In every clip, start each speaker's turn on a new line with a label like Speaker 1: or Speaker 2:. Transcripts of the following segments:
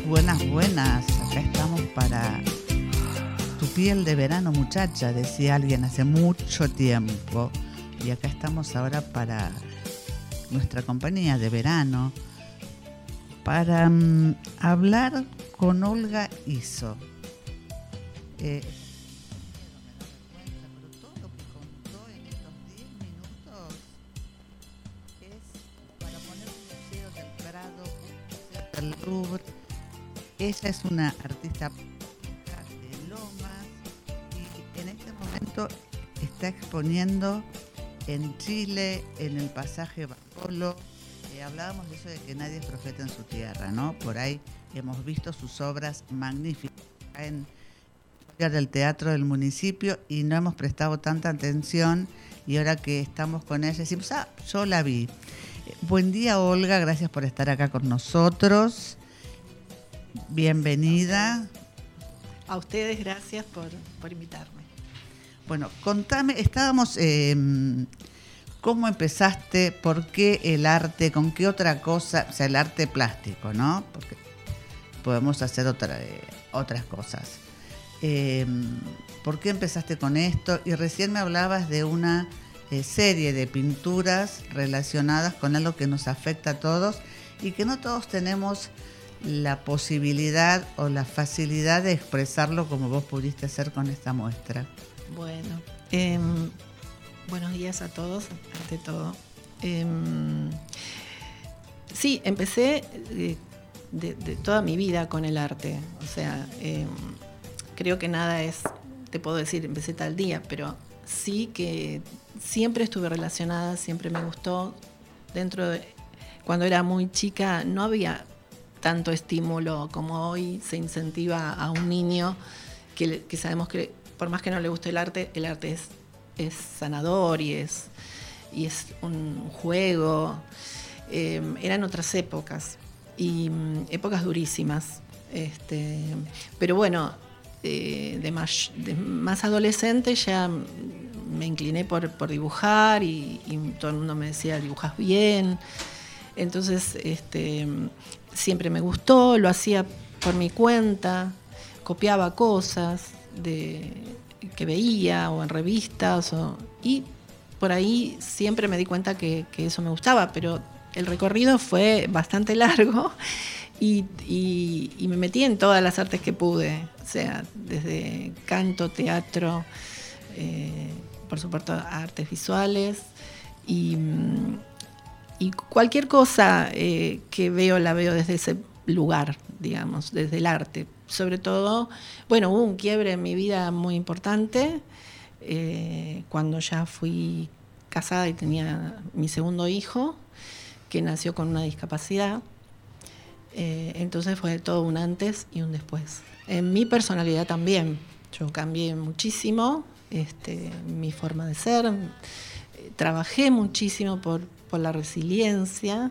Speaker 1: Buenas, buenas. Acá estamos para tu piel de verano, muchacha, decía alguien hace mucho tiempo. Y acá estamos ahora para nuestra compañía de verano, para hablar con Olga Iso. Pero todo lo que contó en estos 10 minutos es para poner un museo del Prado, un museo del Louvre. Ella es una artista de Lomas y en este momento está exponiendo en Chile, en el pasaje Bartolo. Hablábamos de eso de que nadie es profeta en su tierra, ¿no? Por ahí hemos visto sus obras magníficas en del teatro del municipio y no hemos prestado tanta atención, y ahora que estamos con ella decimos, yo la vi. Buen día, Olga, gracias por estar acá con nosotros. Bienvenida.
Speaker 2: A ustedes, gracias por invitarme.
Speaker 1: Bueno, contame, estábamos, ¿cómo empezaste? ¿Por qué el arte? ¿Con qué otra cosa? O sea, el arte plástico, ¿no? Porque podemos hacer otras cosas. ¿Por qué empezaste con esto? Y recién me hablabas de una serie de pinturas relacionadas con algo que nos afecta a todos y que no todos tenemos la posibilidad o la facilidad de expresarlo como vos pudiste hacer con esta muestra.
Speaker 2: Bueno, buenos días a todos, ante todo. Sí, empecé de toda mi vida con el arte. O sea, creo que nada es, te puedo decir, empecé tal día, pero sí que siempre estuve relacionada, siempre me gustó. Cuando era muy chica no había tanto estímulo como hoy se incentiva a un niño que sabemos que por más que no le guste el arte es sanador y es un juego. Eran otras épocas y épocas durísimas. Pero bueno, de más adolescente ya me incliné por dibujar y todo el mundo me decía, dibujas bien. Entonces, siempre me gustó, lo hacía por mi cuenta, copiaba cosas que veía o en revistas y por ahí siempre me di cuenta que eso me gustaba, pero el recorrido fue bastante largo y me metí en todas las artes que pude, o sea, desde canto, teatro, por supuesto artes visuales y cualquier cosa que veo, la veo desde ese lugar, digamos, desde el arte. Sobre todo, bueno, hubo un quiebre en mi vida muy importante cuando ya fui casada y tenía mi segundo hijo, que nació con una discapacidad. Entonces fue todo un antes y un después. En mi personalidad también, yo cambié muchísimo, mi forma de ser, trabajé muchísimo por la resiliencia,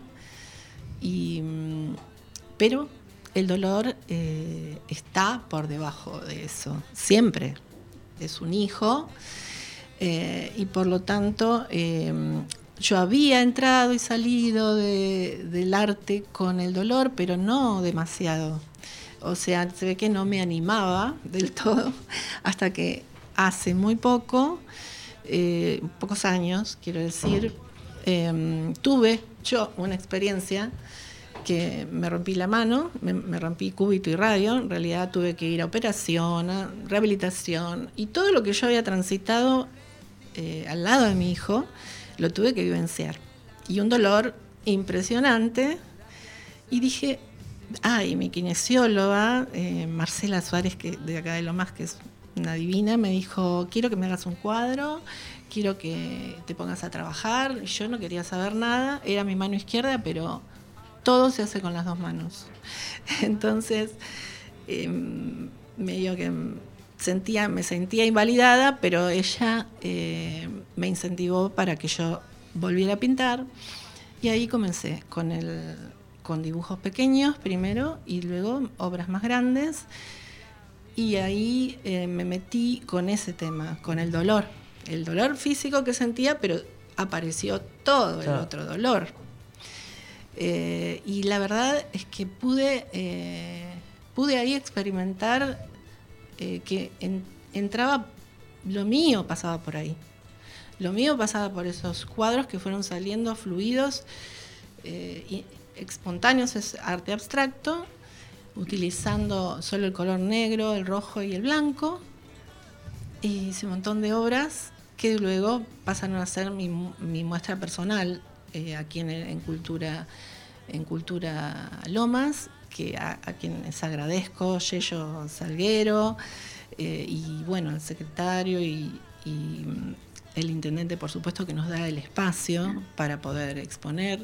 Speaker 2: pero el dolor está por debajo de eso, siempre. Es un hijo y por lo tanto yo había entrado y salido del arte con el dolor, pero no demasiado. O sea, se ve que no me animaba del todo hasta que hace muy pocos años, quiero decir, tuve yo una experiencia que me rompí la mano, me rompí cúbito y radio. En realidad tuve que ir a operación, a rehabilitación, y todo lo que yo había transitado al lado de mi hijo lo tuve que vivenciar. Y un dolor impresionante. Y dije, mi kinesióloga, Marcela Suárez, que de acá de Lomas, que es una divina, me dijo, quiero que me hagas un cuadro, quiero que te pongas a trabajar. Yo no quería saber nada, era mi mano izquierda, pero todo se hace con las dos manos. Entonces, medio que me sentía invalidada, pero ella me incentivó para que yo volviera a pintar. Y ahí comencé con dibujos pequeños primero y luego obras más grandes. Y ahí me metí con ese tema, con el dolor físico que sentía, pero apareció todo el otro dolor. Y la verdad es que pude pude ahí experimentar que entraba, lo mío pasaba por ahí. Lo mío pasaba por esos cuadros que fueron saliendo fluidos, espontáneos, es arte abstracto, utilizando solo el color negro, el rojo y el blanco. Y hice un montón de obras que luego pasaron a ser mi muestra personal aquí en Cultura Lomas, que a quienes agradezco, Yello Salguero, y bueno, el secretario y el intendente, por supuesto, que nos da el espacio para poder exponer.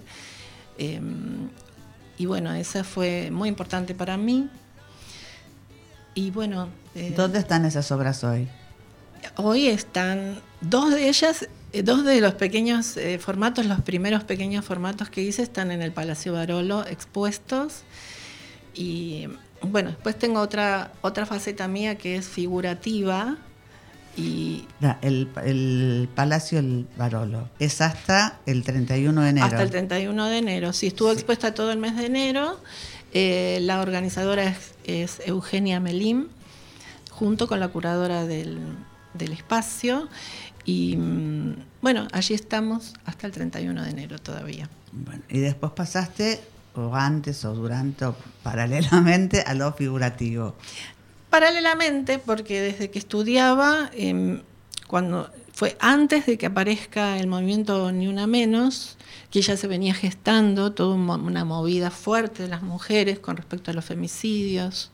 Speaker 2: Y bueno, esa fue muy importante para mí. Y bueno...
Speaker 1: ¿Dónde están esas obras hoy?
Speaker 2: Hoy están dos de ellas, dos de los pequeños formatos, los primeros pequeños formatos que hice están en el Palacio Barolo expuestos. Y bueno, después tengo otra faceta mía que es figurativa. Y
Speaker 1: el Palacio El Barolo es hasta el 31 de enero.
Speaker 2: Hasta el 31 de enero, sí, estuvo expuesta todo el mes de enero. La organizadora es Eugenia Melim, junto con la curadora del espacio. Y bueno, allí estamos hasta el 31 de enero todavía.
Speaker 1: Bueno, y después pasaste, o antes, o durante, o paralelamente a lo figurativo.
Speaker 2: Paralelamente, porque desde que estudiaba, cuando fue antes de que aparezca el movimiento Ni Una Menos, que ya se venía gestando toda una movida fuerte de las mujeres con respecto a los femicidios,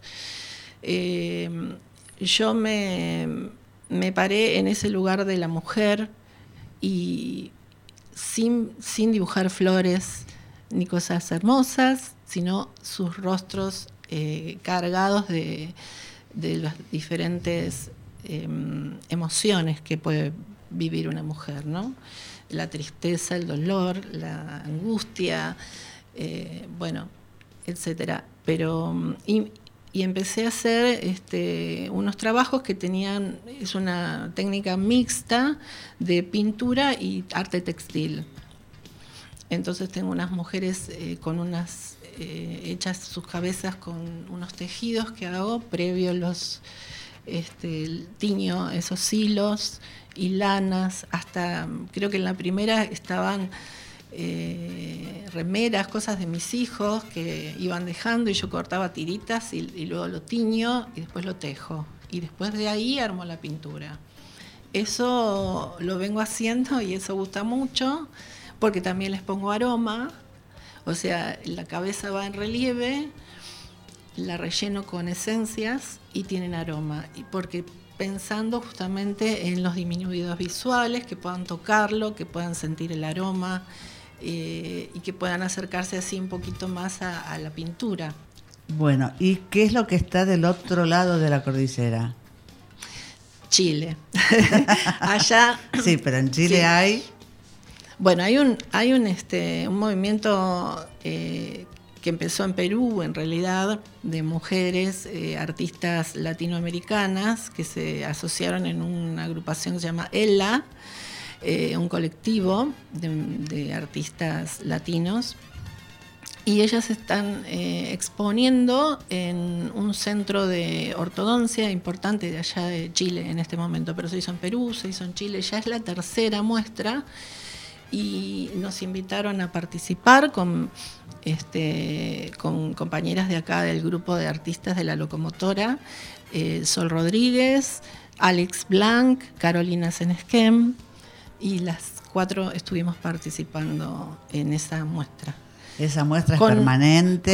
Speaker 2: yo me paré en ese lugar de la mujer y sin dibujar flores ni cosas hermosas, sino sus rostros cargados de las diferentes emociones que puede vivir una mujer, ¿no? La tristeza, el dolor, la angustia, bueno, etcétera. Pero y empecé a hacer unos trabajos que tenían, es una técnica mixta de pintura y arte textil. Entonces tengo unas mujeres con unas hechas sus cabezas con unos tejidos que hago previo tiño esos hilos y lanas, hasta creo que en la primera estaban remeras, cosas de mis hijos que iban dejando y yo cortaba tiritas y luego lo tiño y después lo tejo y después de ahí armo la pintura. Eso lo vengo haciendo y eso gusta mucho porque también les pongo aroma. O sea, la cabeza va en relieve, la relleno con esencias y tienen aroma. Y porque pensando justamente en los disminuidos visuales, que puedan tocarlo, que puedan sentir el aroma y que puedan acercarse así un poquito más a la pintura.
Speaker 1: Bueno, ¿y qué es lo que está del otro lado de la cordillera?
Speaker 2: Chile. Allá.
Speaker 1: Sí, pero en Chile sí. Hay...
Speaker 2: Bueno, hay un movimiento que empezó en Perú, en realidad, de mujeres artistas latinoamericanas que se asociaron en una agrupación que se llama ELA, un colectivo de artistas latinos, y ellas están exponiendo en un centro de ortodoncia importante de allá de Chile en este momento, pero se hizo en Perú, se hizo en Chile, ya es la tercera muestra. Y nos invitaron a participar con compañeras de acá del grupo de artistas de La Locomotora, Sol Rodríguez, Alex Blanc, Carolina Senesquem, y las 4 estuvimos participando en esa muestra.
Speaker 1: ¿Esa muestra es permanente?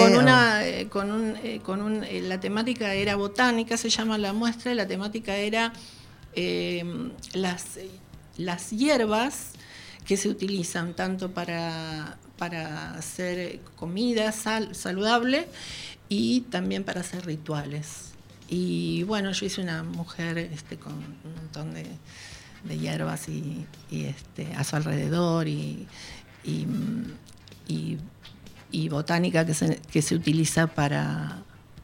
Speaker 2: La temática era botánica, se llama la muestra, y la temática era las hierbas que se utilizan tanto para hacer comida saludable y también para hacer rituales. Y bueno, yo hice una mujer con un montón de hierbas y a su alrededor y botánica que se utiliza para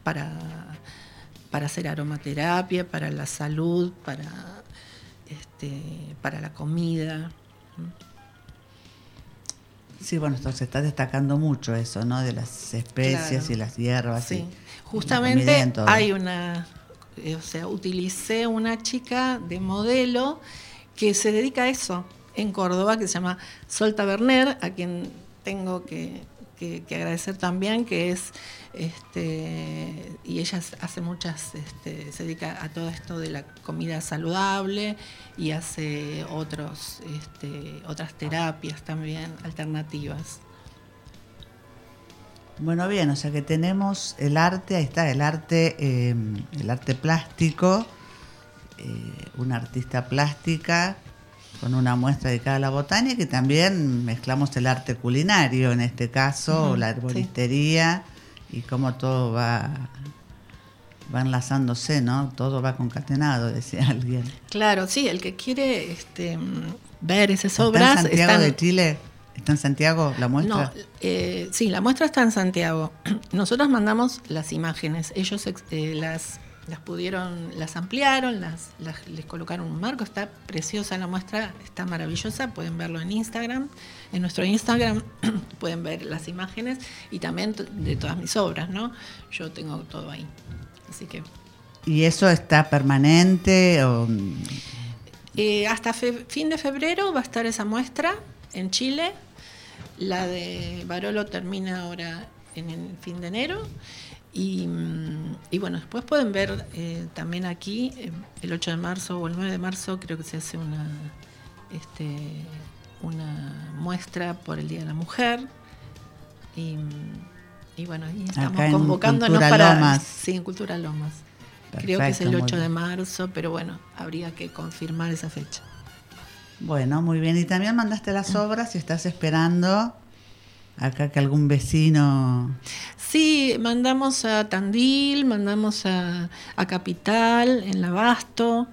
Speaker 2: hacer aromaterapia, para la salud, para la comida.
Speaker 1: Sí, bueno, esto se está destacando mucho eso, ¿no? De las especies y las hierbas.
Speaker 2: Sí,
Speaker 1: y
Speaker 2: justamente hay una, o sea, utilicé una chica de modelo que se dedica a eso en Córdoba, que se llama Sol Taberner, a quien tengo que agradecer también, que es y ella hace muchas, se dedica a todo esto de la comida saludable y hace otras terapias también alternativas.
Speaker 1: Bueno, bien, o sea que tenemos el arte, ahí está, el arte plástico, una artista plástica con una muestra dedicada a la botánica, y también mezclamos el arte culinario, en este caso, la herboristería, y cómo todo va enlazándose, ¿no? Todo va concatenado, decía alguien.
Speaker 2: Claro, sí, el que quiere ver esas obras...
Speaker 1: ¿Está en Santiago de Chile? ¿Está en Santiago la muestra?
Speaker 2: No, sí, la muestra está en Santiago. Nosotros mandamos las imágenes, ellos las ampliaron, les colocaron un marco, está preciosa la muestra, está maravillosa, pueden verlo en Instagram, en nuestro Instagram pueden ver las imágenes y también de todas mis obras, ¿no? Yo tengo todo ahí, así que...
Speaker 1: ¿Y eso está permanente o...?
Speaker 2: Hasta fin de febrero va a estar esa muestra en Chile, la de Barolo termina ahora en el fin de enero. Y bueno, después pueden ver también aquí, el 8 de marzo o el 9 de marzo, creo que se hace una muestra por el Día de la Mujer. Y bueno, ahí estamos convocándonos para...
Speaker 1: Lomas.
Speaker 2: Sí, en Cultura Lomas.
Speaker 1: Perfecto,
Speaker 2: creo que es el 8 de marzo, pero bueno, habría que confirmar esa fecha.
Speaker 1: Bueno, muy bien. Y también mandaste las obras y estás esperando... acá que algún vecino...
Speaker 2: Sí, mandamos a Tandil, mandamos a Capital, en Abasto,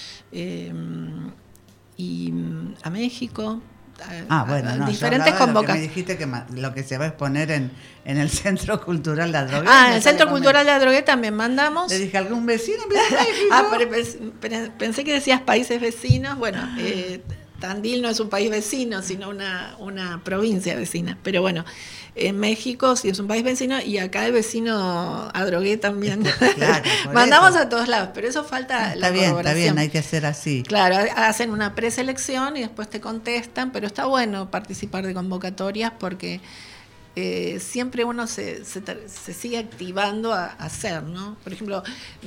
Speaker 2: y a México. Diferentes convocatorias.
Speaker 1: Me dijiste que lo que se va a exponer en el Centro Cultural La Drogué.
Speaker 2: En el Centro Cultural La Drogué también mandamos.
Speaker 1: Le dije a algún vecino.
Speaker 2: Pensé que decías países vecinos. Bueno, Tandil no es un país vecino, sino una provincia vecina. Pero bueno, en México sí es un país vecino y acá el vecino Adrogué también.
Speaker 1: Claro,
Speaker 2: mandamos a todos lados, pero eso falta la colaboración.
Speaker 1: Está bien, hay que hacer así.
Speaker 2: Claro, hacen una preselección y después te contestan, pero está bueno participar de convocatorias porque siempre uno se sigue activando a hacer, ¿no? Por ejemplo,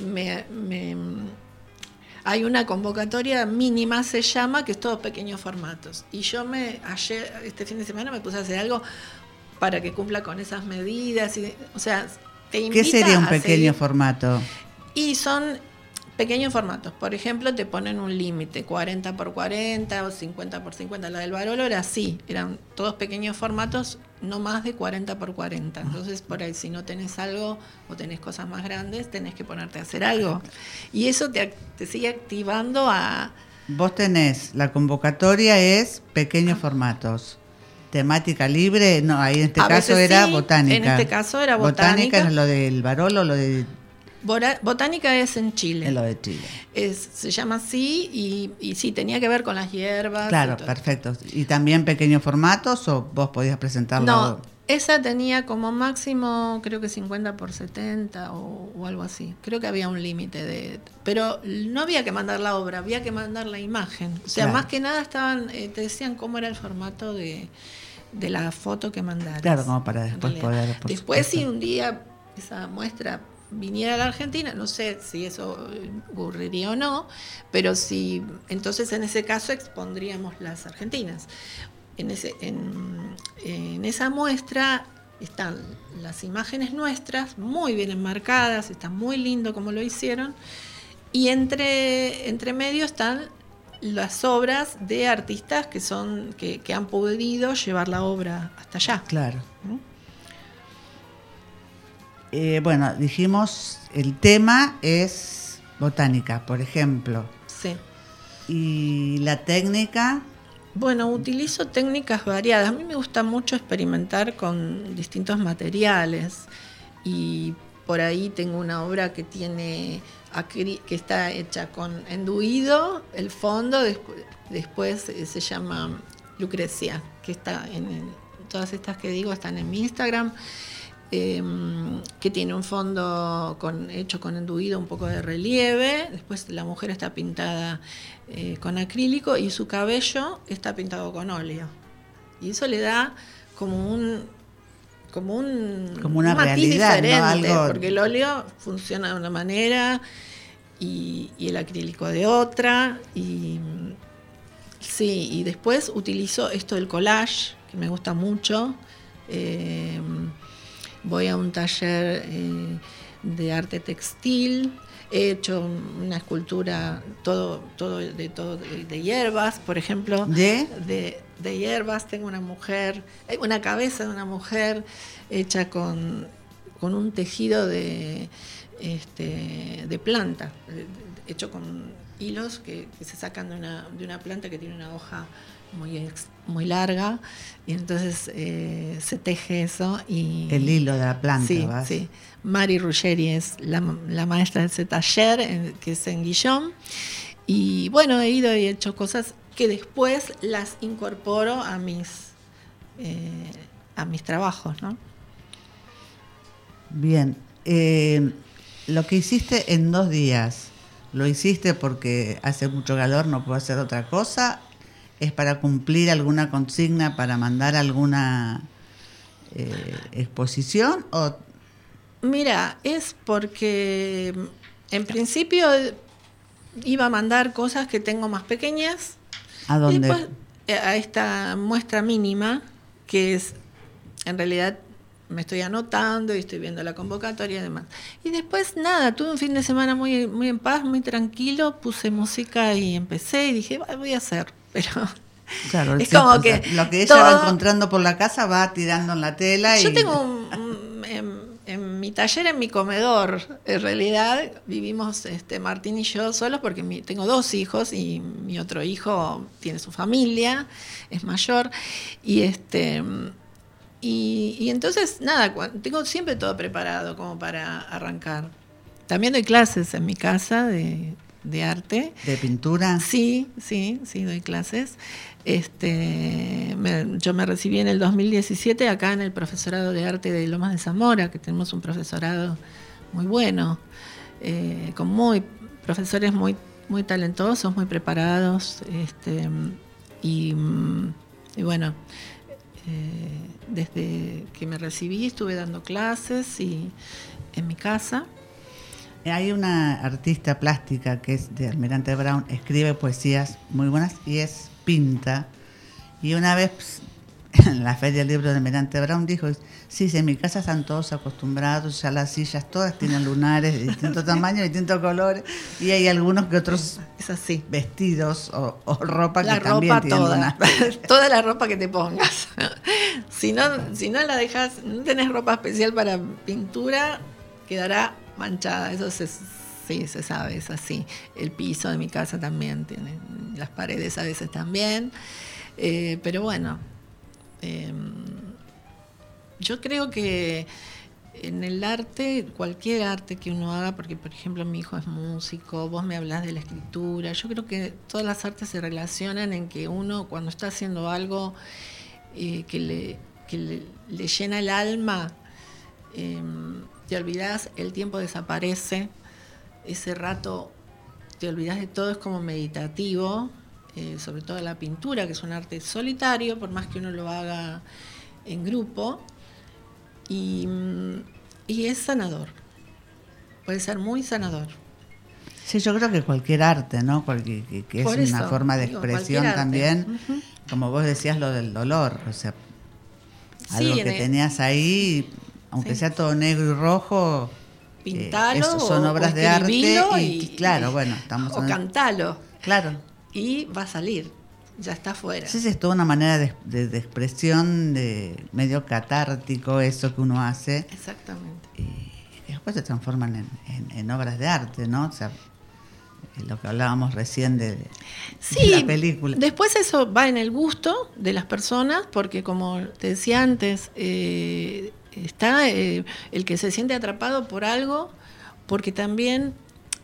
Speaker 2: hay una convocatoria mínima, se llama, que es todos pequeños formatos. Y yo este fin de semana me puse a hacer algo para que cumpla con esas medidas. O sea, te invita.
Speaker 1: ¿Qué sería un pequeño formato?
Speaker 2: Y son pequeños formatos. Por ejemplo, te ponen un límite, 40 por 40 o 50 por 50. La del Barolo era así, eran todos pequeños formatos, no más de 40 por 40. Entonces, por ahí, si no tenés algo o tenés cosas más grandes, tenés que ponerte a hacer algo. Y eso te sigue activando a...
Speaker 1: Vos tenés, la convocatoria es pequeños formatos. Temática libre, no, ahí en este caso era botánica.
Speaker 2: En este caso era botánica.
Speaker 1: Botánica es lo del Barolo, lo de...
Speaker 2: Botánica es en Chile.
Speaker 1: Es lo de Chile.
Speaker 2: Se llama así y sí, tenía que ver con las hierbas.
Speaker 1: Claro, perfecto. ¿Y también pequeños formatos o vos podías presentarlo?
Speaker 2: No, esa tenía como máximo creo que 50 por 70 o algo así. Creo que había un límite pero no había que mandar la obra, había que mandar la imagen. O sea, más que nada te decían cómo era el formato de la foto que mandaras.
Speaker 1: Claro, como para después poder...
Speaker 2: Después si un día esa muestra viniera a la Argentina, no sé si eso ocurriría o no, pero si entonces en ese caso expondríamos las argentinas. En esa muestra están las imágenes nuestras muy bien enmarcadas, está muy lindo como lo hicieron, y entre medio están las obras de artistas que han podido llevar la obra hasta allá.
Speaker 1: Claro. Bueno, dijimos, el tema es botánica, por ejemplo.
Speaker 2: Sí.
Speaker 1: ¿Y la técnica?
Speaker 2: Bueno, utilizo técnicas variadas. A mí me gusta mucho experimentar con distintos materiales y por ahí tengo una obra que está hecha con enduido, el fondo, después se llama Lucrecia, que está todas estas que digo están en mi Instagram, que tiene un fondo hecho con enduido, un poco de relieve. Después la mujer está pintada con acrílico y su cabello está pintado con óleo. Y eso le da como una matiz
Speaker 1: realidad,
Speaker 2: diferente,
Speaker 1: ¿no?
Speaker 2: porque el óleo funciona de una manera y el acrílico de otra. Y sí, y después utilizo esto del collage, que me gusta mucho. Voy a un taller de arte textil, he hecho una escultura todo de hierbas, por ejemplo. De hierbas. Tengo una cabeza de una mujer hecha con un tejido de planta, hecho con hilos que se sacan de una planta que tiene una hoja muy larga, y entonces se teje eso. Y
Speaker 1: el hilo de la planta.
Speaker 2: Sí. Mari Ruggeri es la maestra de ese taller, que es en Guillón. Y bueno, he ido y he hecho cosas que después las incorporo a mis trabajos, ¿no?
Speaker 1: Bien. Lo que hiciste en 2 días, ¿lo hiciste porque hace mucho calor, no puedo hacer otra cosa? ¿Es para cumplir alguna consigna, para mandar alguna exposición? ¿O?
Speaker 2: Mira, es porque en principio iba a mandar cosas que tengo más pequeñas.
Speaker 1: ¿A dónde?
Speaker 2: Y después a esta muestra mínima, que es, en realidad, me estoy anotando y estoy viendo la convocatoria y demás. Y después, nada, tuve un fin de semana muy, muy en paz, muy tranquilo, puse música y empecé y dije, voy a hacer. Pero
Speaker 1: claro,
Speaker 2: es como que
Speaker 1: lo que ella va encontrando por la casa va tirando en la tela.
Speaker 2: Yo tengo en mi taller, en mi comedor, en realidad vivimos Martín y yo solos porque tengo 2 hijos y mi otro hijo tiene su familia, es mayor, y entonces nada, tengo siempre todo preparado como para arrancar. También doy clases en mi casa de arte.
Speaker 1: ¿De pintura?
Speaker 2: Sí, doy clases. Yo me recibí en el 2017 acá en el profesorado de arte de Lomas de Zamora, que tenemos un profesorado muy bueno, con profesores muy, muy talentosos, muy preparados, y bueno, desde que me recibí estuve dando clases y en mi casa.
Speaker 1: Hay una artista plástica que es de Almirante Brown, escribe poesías muy buenas y pinta. Y una vez en la Feria del Libro de Almirante Brown dijo, sí, en mi casa están todos acostumbrados, ya las sillas todas tienen lunares de distintos tamaños, de distintos colores, y hay algunos que otros
Speaker 2: es así.
Speaker 1: Vestidos o ropa
Speaker 2: la
Speaker 1: que también tienen lunares.
Speaker 2: Toda la ropa que te pongas. Si no la dejas, no tenés ropa especial para pintura, quedará manchada. Eso se sabe, es así. El piso de mi casa también tiene, las paredes a veces también, pero bueno, yo creo que en el arte, cualquier arte que uno haga, porque por ejemplo mi hijo es músico, vos me hablás de la escritura, yo creo que todas las artes se relacionan en que uno cuando está haciendo algo que le llena el alma, te olvidás, el tiempo desaparece, ese rato te olvidás de todo, es como meditativo, sobre todo la pintura, que es un arte solitario, por más que uno lo haga en grupo, y es sanador, puede ser muy sanador.
Speaker 1: Sí, yo creo que cualquier arte, ¿no? Que es una forma de expresión también, uh-huh. Como vos decías, lo del dolor, o sea, algo que tenías ahí, aunque sea todo negro y rojo,
Speaker 2: pintalo,
Speaker 1: son obras de arte y claro, bueno, estamos
Speaker 2: o cantalo.
Speaker 1: Claro.
Speaker 2: Y va a salir, ya está afuera.
Speaker 1: Sí, es toda una manera de expresión, de medio catártico eso que uno hace.
Speaker 2: Exactamente.
Speaker 1: Y después se transforman en obras de arte, ¿no? O sea, lo que hablábamos recién de la película.
Speaker 2: Después eso va en el gusto de las personas, porque como te decía antes, está el que se siente atrapado por algo, porque también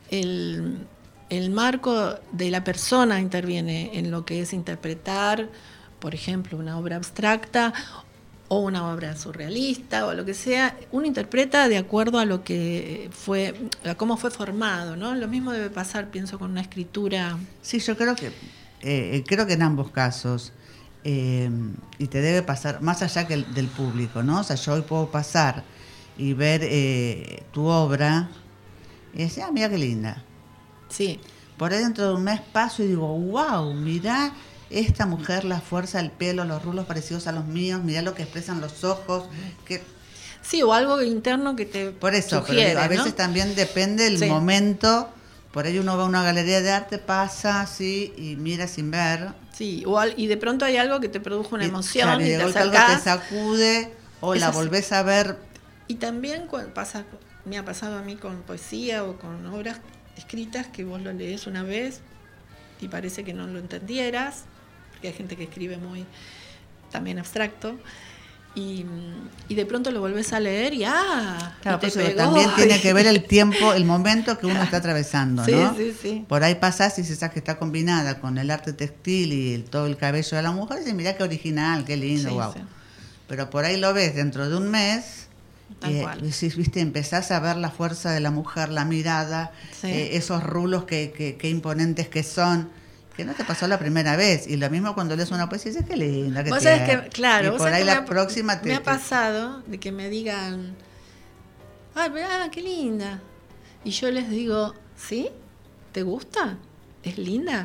Speaker 2: el marco de la persona interviene en lo que es interpretar, por ejemplo, una obra abstracta o una obra surrealista o lo que sea, uno interpreta de acuerdo a lo que fue, a cómo fue formado, ¿no? Lo mismo debe pasar, pienso, con una escritura.
Speaker 1: Sí, yo creo que en ambos casos, y te debe pasar más allá que del público, ¿no? O sea, yo hoy puedo pasar y ver tu obra y decir, mira qué linda.
Speaker 2: Sí.
Speaker 1: Por ahí dentro de un mes paso y digo, wow, mirá esta mujer, la fuerza, el pelo, los rulos parecidos a los míos, mirá lo que expresan los ojos. Que...
Speaker 2: Sí, o algo interno que te
Speaker 1: por eso,
Speaker 2: sugiere,
Speaker 1: pero a veces
Speaker 2: ¿no?
Speaker 1: también depende del momento. Por ahí uno va a una galería de arte, pasa así y mira sin ver.
Speaker 2: Sí, y de pronto hay algo que te produjo una emoción,
Speaker 1: claro,
Speaker 2: y
Speaker 1: de
Speaker 2: te
Speaker 1: golpe
Speaker 2: acercás.
Speaker 1: algo te sacude o la volvés a ver.
Speaker 2: Y también me ha pasado a mí con poesía o con obras escritas que vos lo lees una vez y parece que no lo entendieras, porque hay gente que escribe muy también abstracto. Y de pronto lo volvés a leer y
Speaker 1: claro,
Speaker 2: y te
Speaker 1: pero
Speaker 2: pegó,
Speaker 1: también tiene que ver el tiempo, el momento que uno está atravesando,
Speaker 2: sí,
Speaker 1: ¿no?
Speaker 2: Sí, sí.
Speaker 1: Por ahí pasás y dices que está combinada con el arte textil y todo el cabello de la mujer y dices, mirá qué original, qué lindo, wow. Sí. Pero por ahí lo ves dentro de un mes y viste, empezás a ver la fuerza de la mujer, la mirada, esos rulos que imponentes que son. Que no te pasó la primera vez, y lo mismo cuando lees una poesía, dices, qué linda que
Speaker 2: vos sabés que, claro,
Speaker 1: y por ahí la próxima
Speaker 2: me ha pasado de que me digan, qué linda, y yo les digo, ¿sí? ¿Te gusta? ¿Es linda?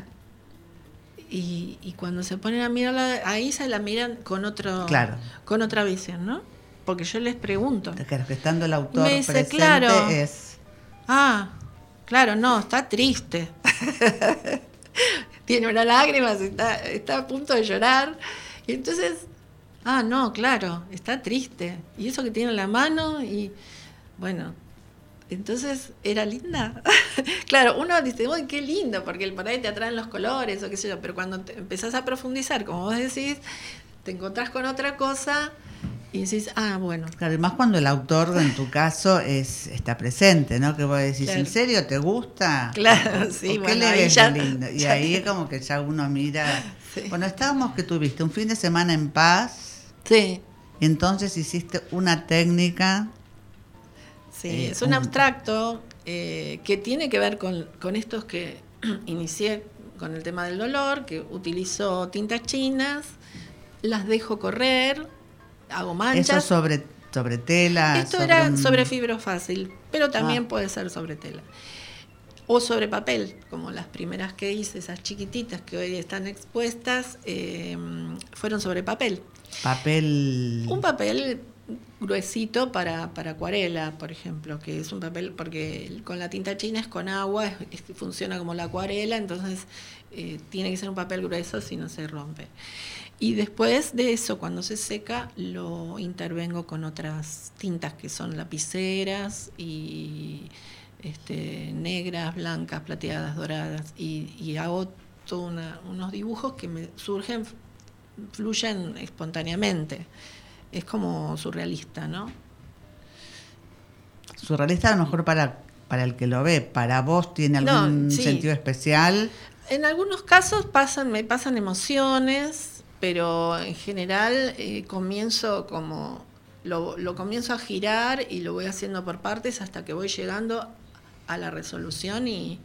Speaker 2: Y cuando se ponen a mirarla, ahí se la miran con otra visión, ¿no? Porque yo les pregunto.
Speaker 1: Claro, que estando el autor
Speaker 2: me dice,
Speaker 1: presente
Speaker 2: claro,
Speaker 1: es...
Speaker 2: claro, no, está triste. Tiene una lágrima, está a punto de llorar. Y entonces, no, claro, está triste. Y eso que tiene en la mano, y bueno, entonces, ¿era linda? Claro, uno dice, uy, qué lindo, porque por ahí te atraen los colores o qué sé yo, pero cuando empezás a profundizar, como vos decís, te encontrás con otra cosa y decís, bueno.
Speaker 1: Claro, y más cuando el autor, en tu caso, está presente, ¿no? Que vos decís,
Speaker 2: claro.
Speaker 1: ¿En serio te gusta?
Speaker 2: Claro, sí.
Speaker 1: ¿Qué le ves de lindo? Y ahí es como que ya uno mira... Sí. Bueno, estábamos que tuviste un fin de semana en paz.
Speaker 2: Sí.
Speaker 1: Y entonces hiciste una técnica...
Speaker 2: Sí, es un abstracto que tiene que ver con estos que inicié con el tema del dolor, que utilizo tintas chinas, las dejo correr, hago manchas.
Speaker 1: ¿Eso sobre tela?
Speaker 2: Esto era sobre fibro fácil, pero también puede ser sobre tela. O sobre papel, como las primeras que hice, esas chiquititas que hoy están expuestas, fueron sobre papel.
Speaker 1: Un
Speaker 2: papel gruesito para acuarela, por ejemplo, que es un papel, porque con la tinta china es con agua, funciona como la acuarela, entonces tiene que ser un papel grueso si no se rompe. Y después de eso, cuando se seca, lo intervengo con otras tintas que son lapiceras y negras, blancas, plateadas, doradas, y hago todos unos dibujos que me fluyen espontáneamente. Es como surrealista, ¿no?
Speaker 1: Surrealista a lo mejor para el que lo ve. ¿Para vos tiene algún sentido especial?
Speaker 2: En algunos casos me pasan emociones, pero en general comienzo como... Lo comienzo a girar y lo voy haciendo por partes hasta que voy llegando a la resolución y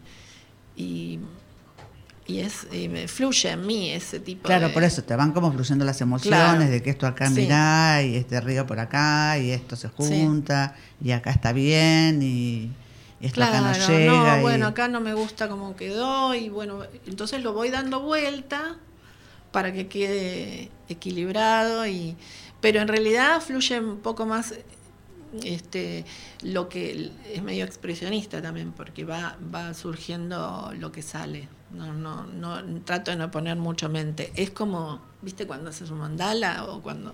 Speaker 2: me fluye en mí ese tipo
Speaker 1: de... por eso, te van como fluyendo las emociones, de que esto acá mirá, y este río por acá, y esto se junta, y acá está bien, y esto acá no llega.
Speaker 2: No, bueno, acá no me gusta cómo quedó, y bueno, entonces lo voy dando vuelta para que quede equilibrado, pero en realidad fluye un poco más lo que es medio expresionista también, porque va surgiendo lo que sale. No trato de no poner mucho mente. Es como, ¿viste cuando haces un mandala o cuando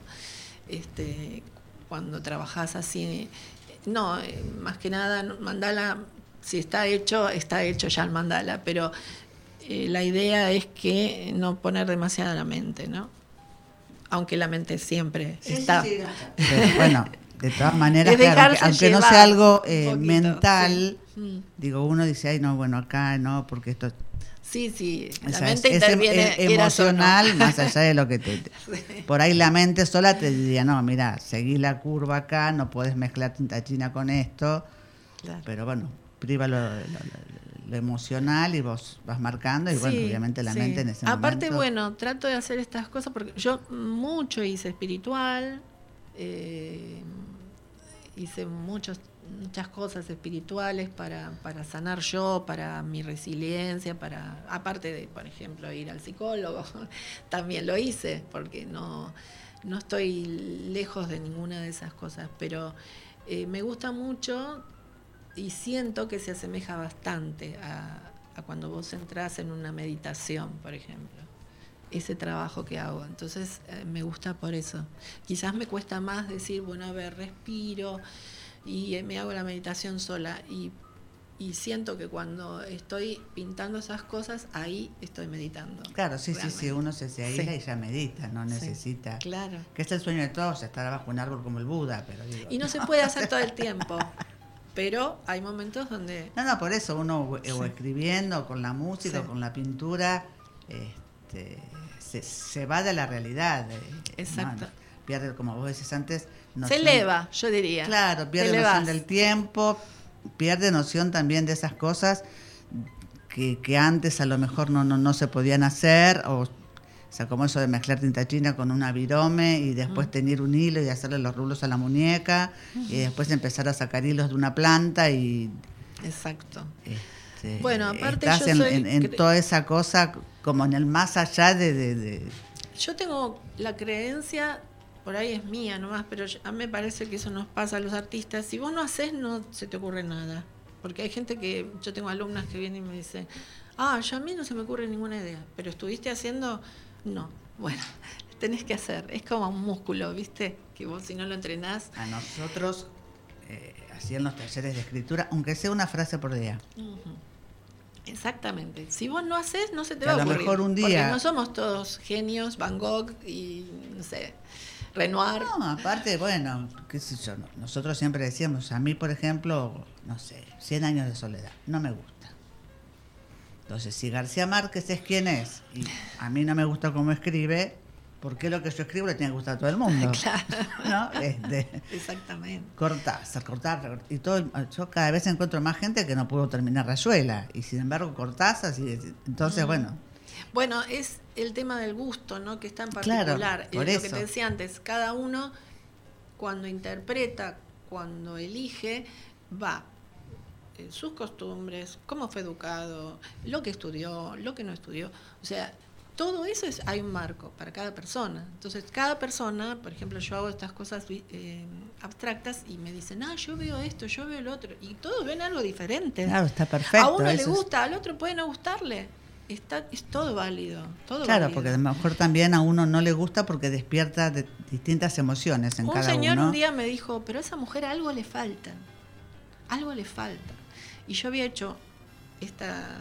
Speaker 2: trabajás así? No, más que nada, mandala, si está hecho ya el mandala, pero la idea es que no poner demasiada la mente, ¿no? Aunque la mente siempre está.
Speaker 1: Sí. Pero, bueno, de todas maneras, claro, aunque no sea algo mental, digo, uno dice, ay, no, bueno, acá no, porque esto...
Speaker 2: Sí, la
Speaker 1: O sea,
Speaker 2: mente interviene
Speaker 1: emocional,
Speaker 2: no.
Speaker 1: más allá de lo que te...
Speaker 2: Sí.
Speaker 1: Por ahí la mente sola te diría, no, mira, seguí la curva acá, no puedes mezclar tinta china con esto,
Speaker 2: Claro.
Speaker 1: pero bueno, priva lo emocional y vos vas marcando y bueno, obviamente la mente en ese
Speaker 2: Aparte,
Speaker 1: momento...
Speaker 2: bueno, trato de hacer estas cosas porque yo mucho hice espiritual, hice muchas cosas espirituales para sanar yo, para mi resiliencia, aparte de, por ejemplo, ir al psicólogo, también lo hice, porque no estoy lejos de ninguna de esas cosas, pero me gusta mucho y siento que se asemeja bastante a cuando vos entrás en una meditación, por ejemplo, ese trabajo que hago. Entonces me gusta por eso. Quizás me cuesta más decir, bueno, a ver, respiro y me hago la meditación sola y siento que cuando estoy pintando esas cosas, ahí estoy meditando.
Speaker 1: Claro, sí,
Speaker 2: realmente.
Speaker 1: sí, uno se aísla y ya medita, no necesita...
Speaker 2: Claro.
Speaker 1: Que es el sueño de todos, estar bajo un árbol como el Buda, pero digo...
Speaker 2: Y no se puede hacer todo el tiempo, pero hay momentos donde...
Speaker 1: No, por eso uno o escribiendo, o con la música, o con la pintura, se va de la realidad.
Speaker 2: Exacto.
Speaker 1: ¿No? Pierde, como vos decís antes... noción,
Speaker 2: se eleva, yo diría.
Speaker 1: Claro, pierde noción del tiempo, pierde noción también de esas cosas que antes a lo mejor no se podían hacer, o sea, como eso de mezclar tinta china con una virome y después tener un hilo y hacerle los rulos a la muñeca y después empezar a sacar hilos de una planta y...
Speaker 2: Exacto.
Speaker 1: Bueno, aparte estás en toda esa cosa como en el más allá de...
Speaker 2: Yo tengo la creencia, por ahí es mía nomás, pero a mí me parece que eso nos pasa a los artistas. Si vos no haces, no se te ocurre nada. Porque hay gente que, yo tengo alumnas que vienen y me dicen, yo a mí no se me ocurre ninguna idea, pero estuviste haciendo... No, bueno, tenés que hacer. Es como un músculo, ¿viste? Que vos si no lo entrenás...
Speaker 1: A nosotros hacían los talleres de escritura, aunque sea una frase por día.
Speaker 2: Uh-huh. Exactamente. Si vos no haces, no se te va a ocurrir.
Speaker 1: A lo mejor un día...
Speaker 2: Porque no somos todos genios, Van Gogh y, no sé, Renoir.
Speaker 1: No, aparte, bueno, qué sé yo, nosotros siempre decíamos, a mí, por ejemplo, no sé, 100 años de soledad, no me gusta. Entonces, si García Márquez es quien es y a mí no me gusta cómo escribe, ¿por qué lo que yo escribo le tiene que gustar a todo el mundo?
Speaker 2: Claro.
Speaker 1: ¿No?
Speaker 2: Exactamente.
Speaker 1: Cortar. Y todo, yo cada vez encuentro más gente que no puedo terminar Rayuela. Y sin embargo, Cortázar, entonces, bueno.
Speaker 2: Bueno, es el tema del gusto, ¿no? Que está en particular.
Speaker 1: Claro, por
Speaker 2: lo
Speaker 1: eso.
Speaker 2: que te decía antes, cada uno, cuando interpreta, cuando elige, va sus costumbres, cómo fue educado, lo que estudió, lo que no estudió. O sea, todo eso hay un marco para cada persona. Entonces, cada persona, por ejemplo, yo hago estas cosas abstractas y me dicen, yo veo esto, yo veo lo otro. Y todos ven algo diferente.
Speaker 1: Claro, está perfecto.
Speaker 2: A uno le gusta, al otro puede no gustarle. Es todo válido. Todo
Speaker 1: claro,
Speaker 2: válido.
Speaker 1: Porque a lo mejor también a uno no le gusta porque despierta distintas emociones en cada uno. Un
Speaker 2: señor un día me dijo, pero a esa mujer algo le falta. Algo le falta. Y yo había hecho esta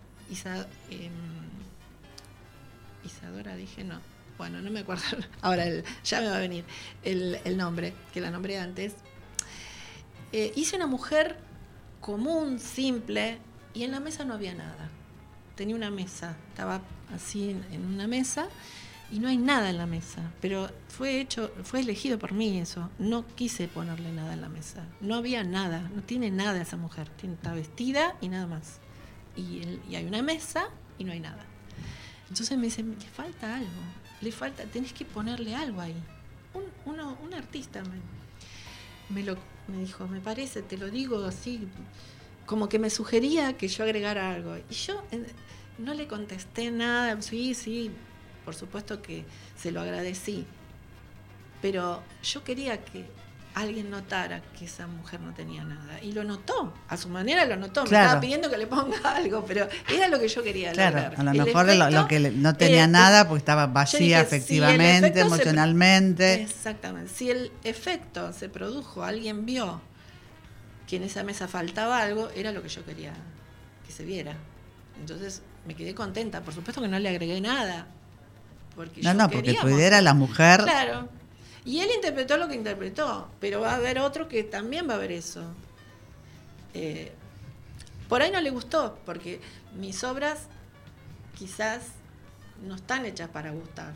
Speaker 2: Isadora, dije, no. Bueno, no me acuerdo. Ahora ya me va a venir el nombre, que la nombré antes. Hice una mujer común, simple, y en la mesa no había nada. Tenía una mesa, estaba así en una mesa y no hay nada en la mesa, pero fue elegido por mí eso. No quise ponerle nada en la mesa, no había nada, no tiene nada esa mujer, está vestida y nada más. Y hay una mesa y no hay nada. Entonces me dice, le falta algo, tenés que ponerle algo ahí. Un artista me dijo, me parece, te lo digo así, como que me sugería que yo agregara algo. Y yo no le contesté nada. Sí, por supuesto que se lo agradecí. Pero yo quería que alguien notara que esa mujer no tenía nada. Y lo notó, a su manera lo notó. Claro. Me estaba pidiendo que le ponga algo, pero era lo que yo quería lograr.
Speaker 1: A lo mejor lo que no tenía nada porque estaba vacía afectivamente, emocionalmente.
Speaker 2: Exactamente. Si el efecto se produjo, alguien vio que en esa mesa faltaba algo, era lo que yo quería que se viera. Entonces me quedé contenta. Por supuesto que no le agregué nada. Porque
Speaker 1: porque tu idea era la mujer.
Speaker 2: Claro. Y él interpretó lo que interpretó, pero va a haber otro que también va a ver eso. Por ahí no le gustó, porque mis obras quizás no están hechas para gustar,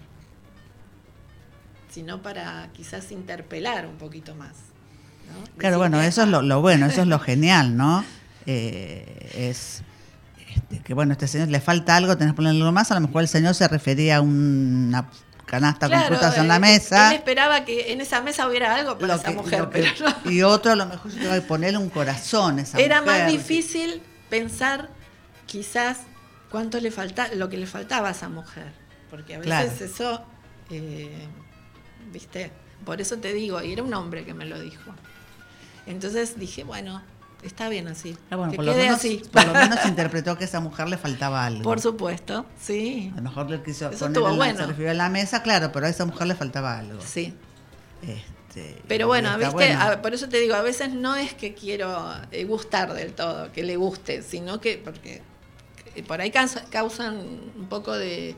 Speaker 2: sino para quizás interpelar un poquito más, ¿no?
Speaker 1: Claro,
Speaker 2: Decir
Speaker 1: bueno,
Speaker 2: que,
Speaker 1: eso es lo bueno, eso es lo genial, ¿no? Es que bueno, a este señor le falta algo, tenés que ponerle algo más. A lo mejor el señor se refería a una canasta con frutas en la mesa.
Speaker 2: Él esperaba que en esa mesa hubiera algo para esa mujer, pero no.
Speaker 1: Y otro a lo mejor se iba a ponerle un corazón a esa
Speaker 2: Era
Speaker 1: mujer.
Speaker 2: más difícil pensar quizás cuánto le falta, lo que le faltaba a esa mujer, porque a veces eso, viste, por eso te digo, y era un hombre que me lo dijo. Entonces dije, bueno, está bien así.
Speaker 1: Bueno,
Speaker 2: que
Speaker 1: por,
Speaker 2: quede así.
Speaker 1: Por lo menos interpretó que a esa mujer le faltaba algo.
Speaker 2: Por supuesto, sí.
Speaker 1: A lo mejor le quiso
Speaker 2: eso
Speaker 1: poner
Speaker 2: bueno.
Speaker 1: Se refirió a la mesa, claro, pero a esa mujer le faltaba algo.
Speaker 2: Sí. Pero bueno, viste,
Speaker 1: bueno.
Speaker 2: Por eso te digo, a veces no es que quiero gustar del todo, que le guste, sino que porque por ahí causan un poco de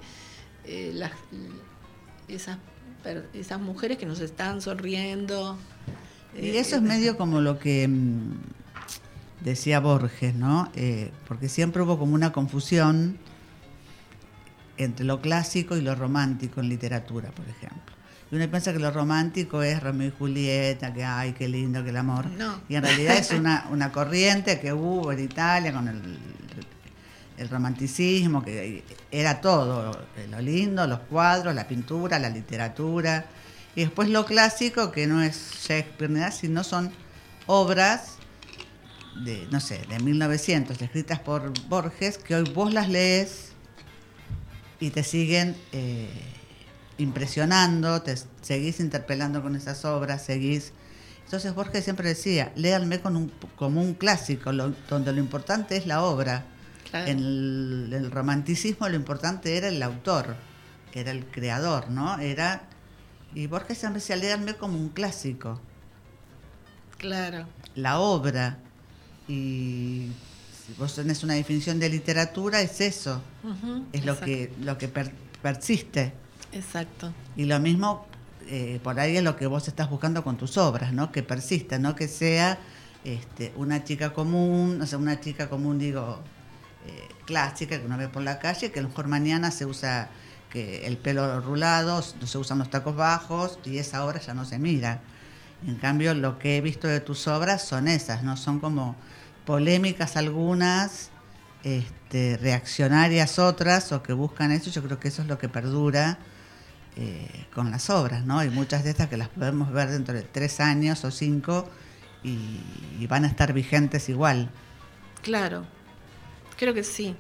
Speaker 2: esas mujeres que nos están sonriendo.
Speaker 1: Y eso es medio como lo que decía Borges, ¿no? Porque siempre hubo como una confusión entre lo clásico y lo romántico en literatura, por ejemplo. Y uno piensa que lo romántico es Romeo y Julieta, que ay, qué lindo, que el amor.
Speaker 2: No.
Speaker 1: Y en realidad es una corriente que hubo en Italia con el romanticismo, que era todo, lo lindo, los cuadros, la pintura, la literatura. Y después lo clásico, que no es Shakespeare ni nada, sino son obras de, no sé, de 1900, escritas por Borges, que hoy vos las lees y te siguen impresionando, te seguís interpelando con esas obras, seguís. Entonces Borges siempre decía, léanme como un clásico, donde lo importante es la obra. Claro. En el romanticismo lo importante era el autor, era el creador, ¿no? Y Borges siempre decía, léanme como un clásico.
Speaker 2: Claro.
Speaker 1: La obra. Y si vos tenés una definición de literatura, es eso. Uh-huh, es lo que persiste.
Speaker 2: Exacto.
Speaker 1: Y lo mismo, por ahí es lo que vos estás buscando con tus obras, ¿no? Que persista, no que sea una chica común, o sea, una chica común, digo, clásica, que uno ve por la calle, que a lo mejor mañana se usa que el pelo rulado, no se usan los tacos bajos, y esa obra ya no se mira. En cambio, lo que he visto de tus obras son esas, ¿no? Son como polémicas algunas, reaccionarias otras, o que buscan eso. Yo creo que eso es lo que perdura con las obras, ¿no? Y muchas de estas que las podemos ver dentro de 3 años o 5 y van a estar vigentes igual.
Speaker 2: Claro, creo que sí.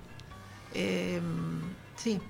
Speaker 2: Sí,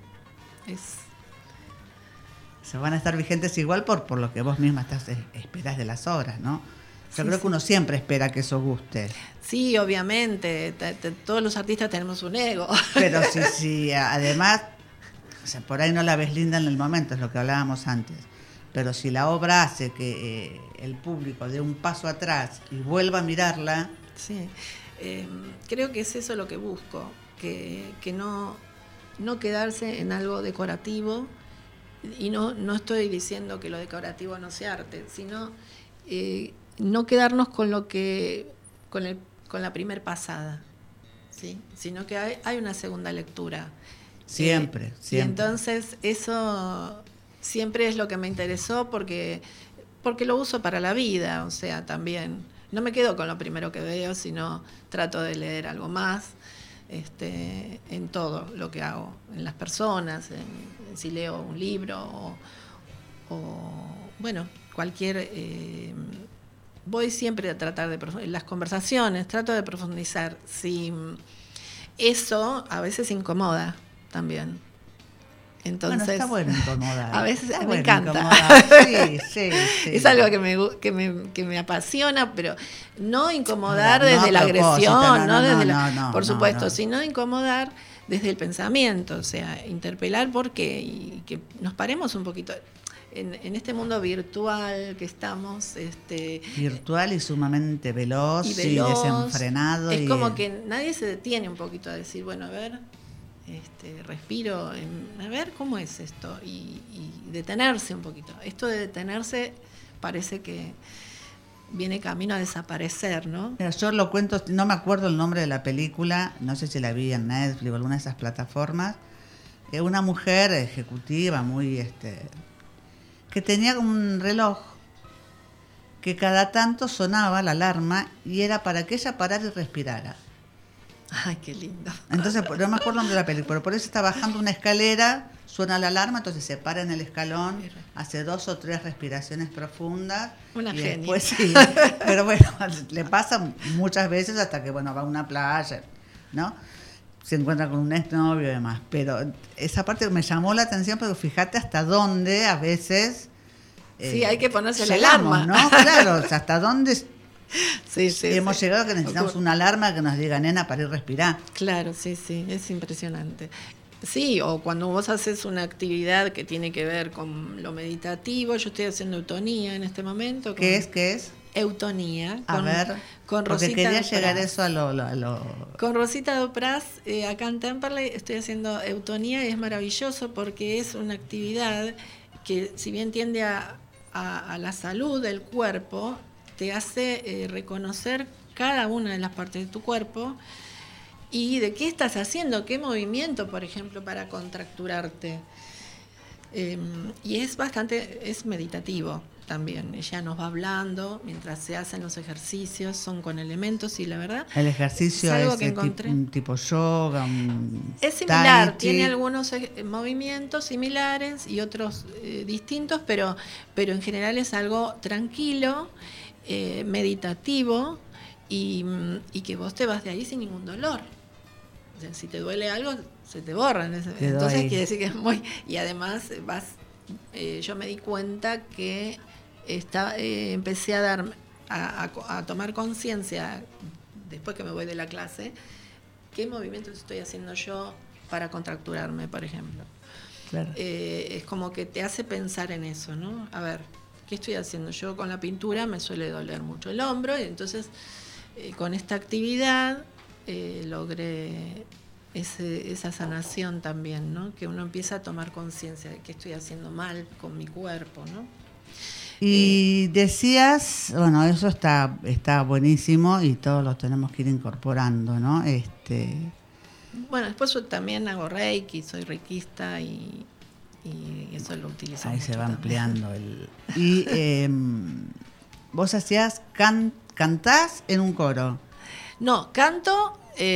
Speaker 1: se van a estar vigentes igual por lo que vos misma esperás de las obras, ¿no? Yo creo que uno siempre espera que eso guste.
Speaker 2: Sí, obviamente, todos los artistas tenemos un ego.
Speaker 1: Pero sí, además, o sea, por ahí no la ves linda en el momento, es lo que hablábamos antes. Pero si la obra hace que el público dé un paso atrás y vuelva a mirarla...
Speaker 2: Sí, creo que es eso lo que busco, que no quedarse en algo decorativo, y no estoy diciendo que lo decorativo no sea arte, sino no quedarnos con con la primer pasada, ¿sí? Sino que hay una segunda lectura.
Speaker 1: Siempre.
Speaker 2: Y entonces eso siempre es lo que me interesó porque lo uso para la vida, o sea, también no me quedo con lo primero que veo, sino trato de leer algo más. En todo lo que hago, en las personas, si leo un libro o bueno, cualquier... voy siempre a tratar en las conversaciones, trato de profundizar. Si eso a veces incomoda también. Entonces,
Speaker 1: bueno, está bueno incomodar.
Speaker 2: A veces
Speaker 1: está
Speaker 2: me
Speaker 1: bueno
Speaker 2: encanta.
Speaker 1: Sí.
Speaker 2: Es algo que me apasiona, pero no incomodar desde la agresión, por supuesto, sino incomodar desde el pensamiento, o sea, interpelar porque y que nos paremos un poquito. En este mundo virtual que estamos...
Speaker 1: virtual y sumamente veloz y desenfrenado.
Speaker 2: Es como que nadie se detiene un poquito a decir, bueno, a ver... respiro, a ver cómo es esto y detenerse un poquito. Esto de detenerse parece que viene camino a desaparecer, ¿no?
Speaker 1: Mira, yo lo cuento, no me acuerdo el nombre de la película, no sé si la vi en Netflix o alguna de esas plataformas, que una mujer ejecutiva muy que tenía como un reloj que cada tanto sonaba la alarma y era para que ella parara y respirara.
Speaker 2: Ay, qué lindo.
Speaker 1: Entonces, no me acuerdo de la película, pero por eso está bajando una escalera, suena la alarma, entonces se para en el escalón, hace 2 o 3 respiraciones profundas.
Speaker 2: Una
Speaker 1: y
Speaker 2: genia.
Speaker 1: Después sí, pero bueno, le pasa muchas veces hasta que, bueno, va a una playa, ¿no? Se encuentra con un exnovio y demás. Pero esa parte me llamó la atención, pero fíjate hasta dónde a veces...
Speaker 2: sí, hay que ponerse la
Speaker 1: llegamos,
Speaker 2: alarma.
Speaker 1: ¿no? Claro, o sea, hasta dónde
Speaker 2: sí,
Speaker 1: hemos llegado que necesitamos una alarma que nos diga, nena, para ir a respirar.
Speaker 2: Claro, sí, es impresionante. Sí, o cuando vos haces una actividad que tiene que ver con lo meditativo, yo estoy haciendo eutonía en este momento.
Speaker 1: ¿Qué es?
Speaker 2: Eutonía.
Speaker 1: A ver,
Speaker 2: con
Speaker 1: porque
Speaker 2: Rosita
Speaker 1: quería
Speaker 2: Dopraz.
Speaker 1: llegar eso a lo...
Speaker 2: Con Rosita Dopraz, acá en Temperley, estoy haciendo eutonía y es maravilloso porque es una actividad que, si bien tiende a la salud del cuerpo, te hace reconocer cada una de las partes de tu cuerpo y de qué estás haciendo, qué movimiento, por ejemplo, para contracturarte. Y es meditativo también. Ella nos va hablando mientras se hacen los ejercicios, son con elementos y la verdad...
Speaker 1: El ejercicio
Speaker 2: es algo
Speaker 1: es
Speaker 2: que encontré.
Speaker 1: Un tipo yoga,
Speaker 2: es similar,
Speaker 1: tai chi.
Speaker 2: Tiene algunos movimientos similares y otros distintos, pero en general es algo tranquilo, meditativo y que vos te vas de ahí sin ningún dolor. O sea, si te duele algo, se te borra. Entonces quiere decir que es muy... Y además yo me di cuenta que empecé a tomar conciencia, después que me voy de la clase, qué movimientos estoy haciendo yo para contracturarme, por ejemplo.
Speaker 1: Claro.
Speaker 2: Es como que te hace pensar en eso, ¿no? A ver, ¿qué estoy haciendo? Yo con la pintura me suele doler mucho el hombro y entonces con esta actividad logré esa sanación también, ¿no? Que uno empieza a tomar conciencia de que estoy haciendo mal con mi cuerpo, ¿no?
Speaker 1: Y decías, bueno, eso está buenísimo y todos lo tenemos que ir incorporando, ¿no?
Speaker 2: Bueno, después yo también hago Reiki, soy reikista y eso lo utilizo
Speaker 1: ahí
Speaker 2: mucho
Speaker 1: se va
Speaker 2: también.
Speaker 1: ampliando y vos hacías cantás en un coro.
Speaker 2: No, canto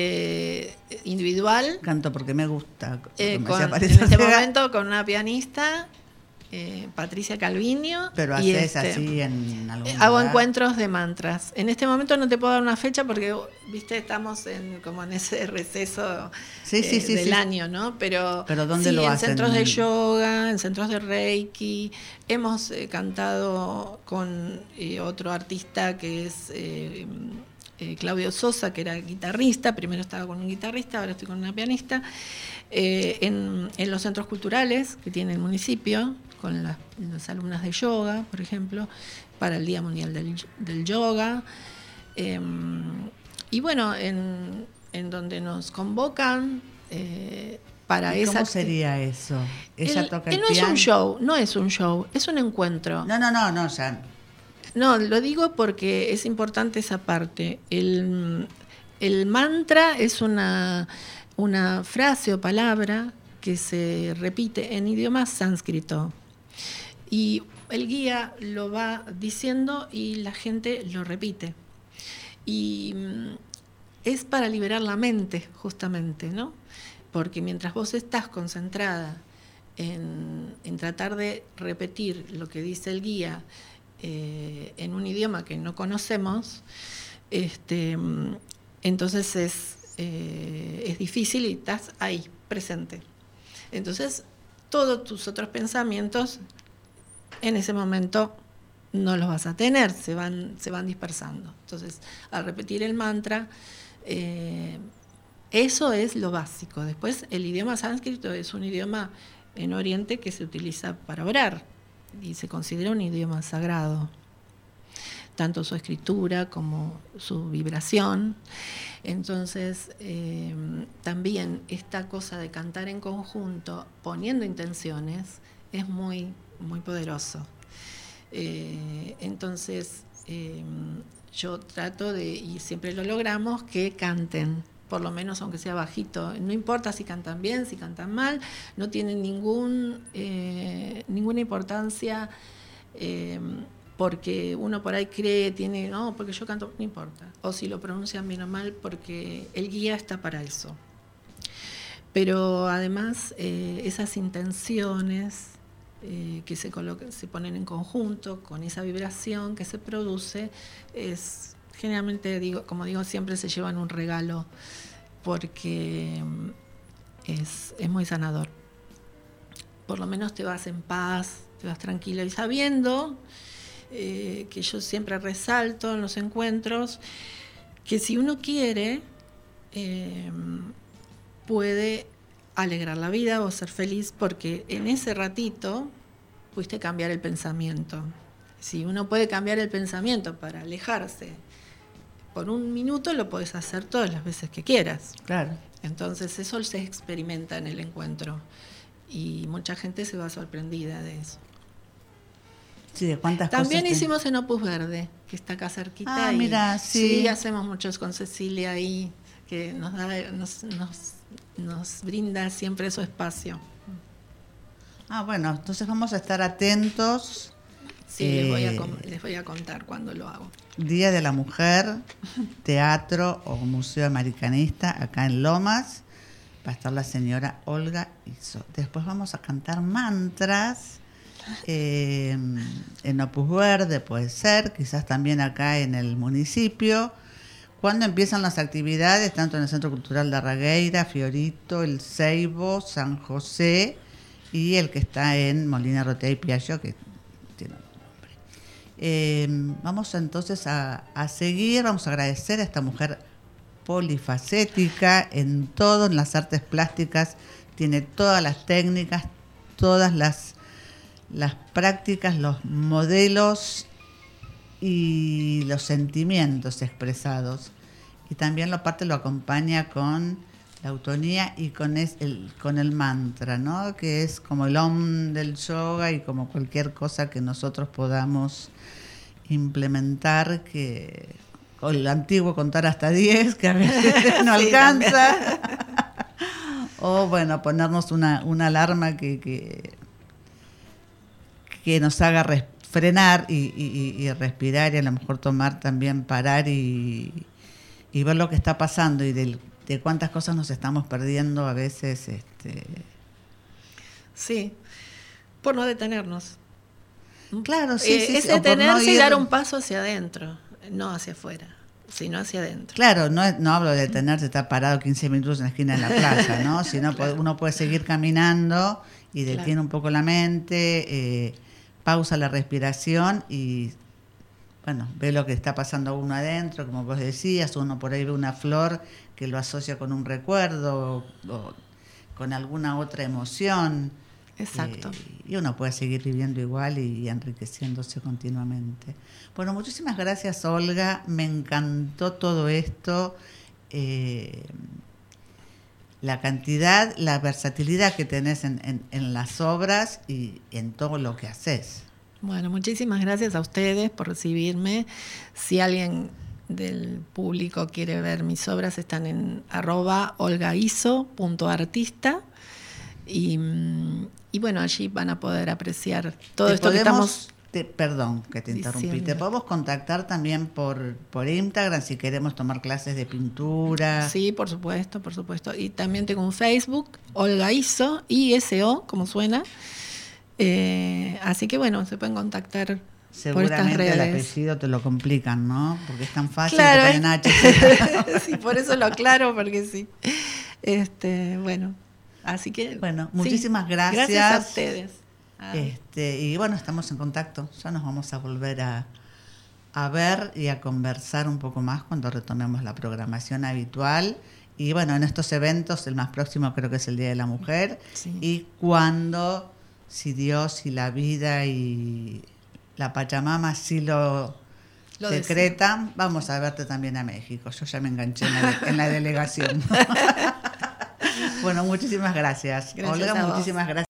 Speaker 2: individual.
Speaker 1: Canto porque me gusta.
Speaker 2: En este momento con una pianista, Patricia Calviño.
Speaker 1: Pero haces así en algún
Speaker 2: hago
Speaker 1: lugar.
Speaker 2: encuentros de mantras. En este momento no te puedo dar una fecha porque, viste, estamos como en ese receso del año, ¿no? Pero
Speaker 1: ¿dónde lo
Speaker 2: en
Speaker 1: hacen?
Speaker 2: centros de yoga, en centros de Reiki. Hemos cantado con otro artista que es Claudio Sosa, que era guitarrista. Primero estaba con un guitarrista, ahora estoy con una pianista. En los centros culturales que tiene el municipio, con las alumnas de yoga, por ejemplo, para el Día Mundial del Yoga. Y bueno, en donde nos convocan para esa...
Speaker 1: ¿Cómo sería eso? Ella toca el
Speaker 2: no
Speaker 1: piano.
Speaker 2: No es un show, es un encuentro.
Speaker 1: No, ya.
Speaker 2: No, lo digo porque es importante esa parte. El mantra es una frase o palabra que se repite en idioma sánscrito. Y el guía lo va diciendo y la gente lo repite. Y es para liberar la mente, justamente, ¿no? Porque mientras vos estás concentrada en tratar de repetir lo que dice el guía en un idioma que no conocemos, entonces es difícil y estás ahí, presente. Entonces, todos tus otros pensamientos en ese momento no los vas a tener, se van dispersando. Entonces, al repetir el mantra, eso es lo básico. Después, el idioma sánscrito es un idioma en Oriente que se utiliza para orar y se considera un idioma sagrado, tanto su escritura como su vibración. Entonces, también esta cosa de cantar en conjunto, poniendo intenciones, es muy, muy poderoso. Entonces, yo trato de, y siempre lo logramos, que canten, por lo menos aunque sea bajito. No importa si cantan bien, si cantan mal, no tiene ninguna importancia, porque uno por ahí cree, no, porque yo canto, no importa. O si lo pronuncian bien o mal, porque el guía está para eso. Pero además esas intenciones que se ponen en conjunto con esa vibración que se produce, generalmente, como digo, siempre se llevan un regalo, porque es muy sanador. Por lo menos te vas en paz, te vas tranquilo y sabiendo que yo siempre resalto en los encuentros que si uno quiere puede alegrar la vida o ser feliz, porque en ese ratito pudiste cambiar el pensamiento. Si uno puede cambiar el pensamiento para alejarse por un minuto, lo puedes hacer todas las veces que quieras.
Speaker 1: Claro.
Speaker 2: Entonces eso se experimenta en el encuentro y mucha gente se va sorprendida de eso.
Speaker 1: Sí, de cuántas
Speaker 2: También
Speaker 1: cosas
Speaker 2: hicimos en Opus Verde, que está acá cerquita.
Speaker 1: Mira, sí.
Speaker 2: Sí, hacemos muchos con Cecilia ahí, que nos brinda siempre su espacio.
Speaker 1: Bueno, entonces vamos a estar atentos.
Speaker 2: Sí, les voy a contar cuando lo hago.
Speaker 1: Día de la Mujer, Teatro o Museo Americanista, acá en Lomas. Va a estar la señora Olga Iso. Después vamos a cantar mantras en Opus Verde, puede ser, quizás también acá en el municipio. ¿Cuándo empiezan las actividades? Tanto en el Centro Cultural de Arragueira, Fiorito, El Ceibo, San José y el que está en Molina Rotea y Piaggio, que tiene otro nombre. Vamos entonces a seguir, vamos a agradecer a esta mujer polifacética en todo, en las artes plásticas, tiene todas las técnicas, todas las prácticas, los modelos y los sentimientos expresados. Y también lo acompaña con la autonía y con el mantra, ¿no? Que es como el Om del yoga y como cualquier cosa que nosotros podamos implementar, que con el antiguo contar hasta 10, que a veces no alcanza. O bueno, ponernos una alarma que nos haga frenar y respirar, y a lo mejor parar y ver lo que está pasando y de cuántas cosas nos estamos perdiendo a veces.
Speaker 2: Sí, por no detenernos.
Speaker 1: Claro, sí.
Speaker 2: Es detenerse y dar un paso hacia adentro, no hacia afuera, sino hacia adentro.
Speaker 1: Claro, no hablo de detenerse, estar parado 15 minutos en la esquina de la plaza, ¿no? Sino claro. Uno puede seguir caminando y detiene un poco la mente, pausa la respiración y, bueno, ve lo que está pasando uno adentro, como vos decías, uno por ahí ve una flor que lo asocia con un recuerdo o con alguna otra emoción.
Speaker 2: Exacto.
Speaker 1: Y uno puede seguir viviendo igual y enriqueciéndose continuamente. Bueno, muchísimas gracias, Olga. Me encantó todo esto. La cantidad, la versatilidad que tenés en las obras y en todo lo que haces.
Speaker 2: Bueno, muchísimas gracias a ustedes por recibirme. Si alguien del público quiere ver mis obras, están en @olgaiso.artista y bueno, allí van a poder apreciar todo esto que estamos...
Speaker 1: Perdón que te interrumpí. Diciendo. Te podemos contactar también por Instagram si queremos tomar clases de pintura.
Speaker 2: Sí, por supuesto. Y también tengo un Facebook, Olga Iso, ISO, como suena. Así que bueno, se pueden contactar por estas redes.
Speaker 1: Seguramente el apellido te lo complican, ¿no? Porque es tan fácil,
Speaker 2: claro,
Speaker 1: que ponen H.
Speaker 2: Sí, por eso lo aclaro, porque sí. Bueno, así que...
Speaker 1: Bueno, muchísimas gracias.
Speaker 2: Gracias a ustedes.
Speaker 1: Y bueno, estamos en contacto. Ya nos vamos a volver a ver y a conversar un poco más cuando retomemos la programación habitual. Y bueno, en estos eventos, el más próximo creo que es el Día de la Mujer. Sí. Y cuando, si Dios y la vida y la Pachamama sí lo decretan, vamos a verte también a México. Yo ya me enganché en la delegación. Bueno, muchísimas gracias. Olga, muchísimas gracias.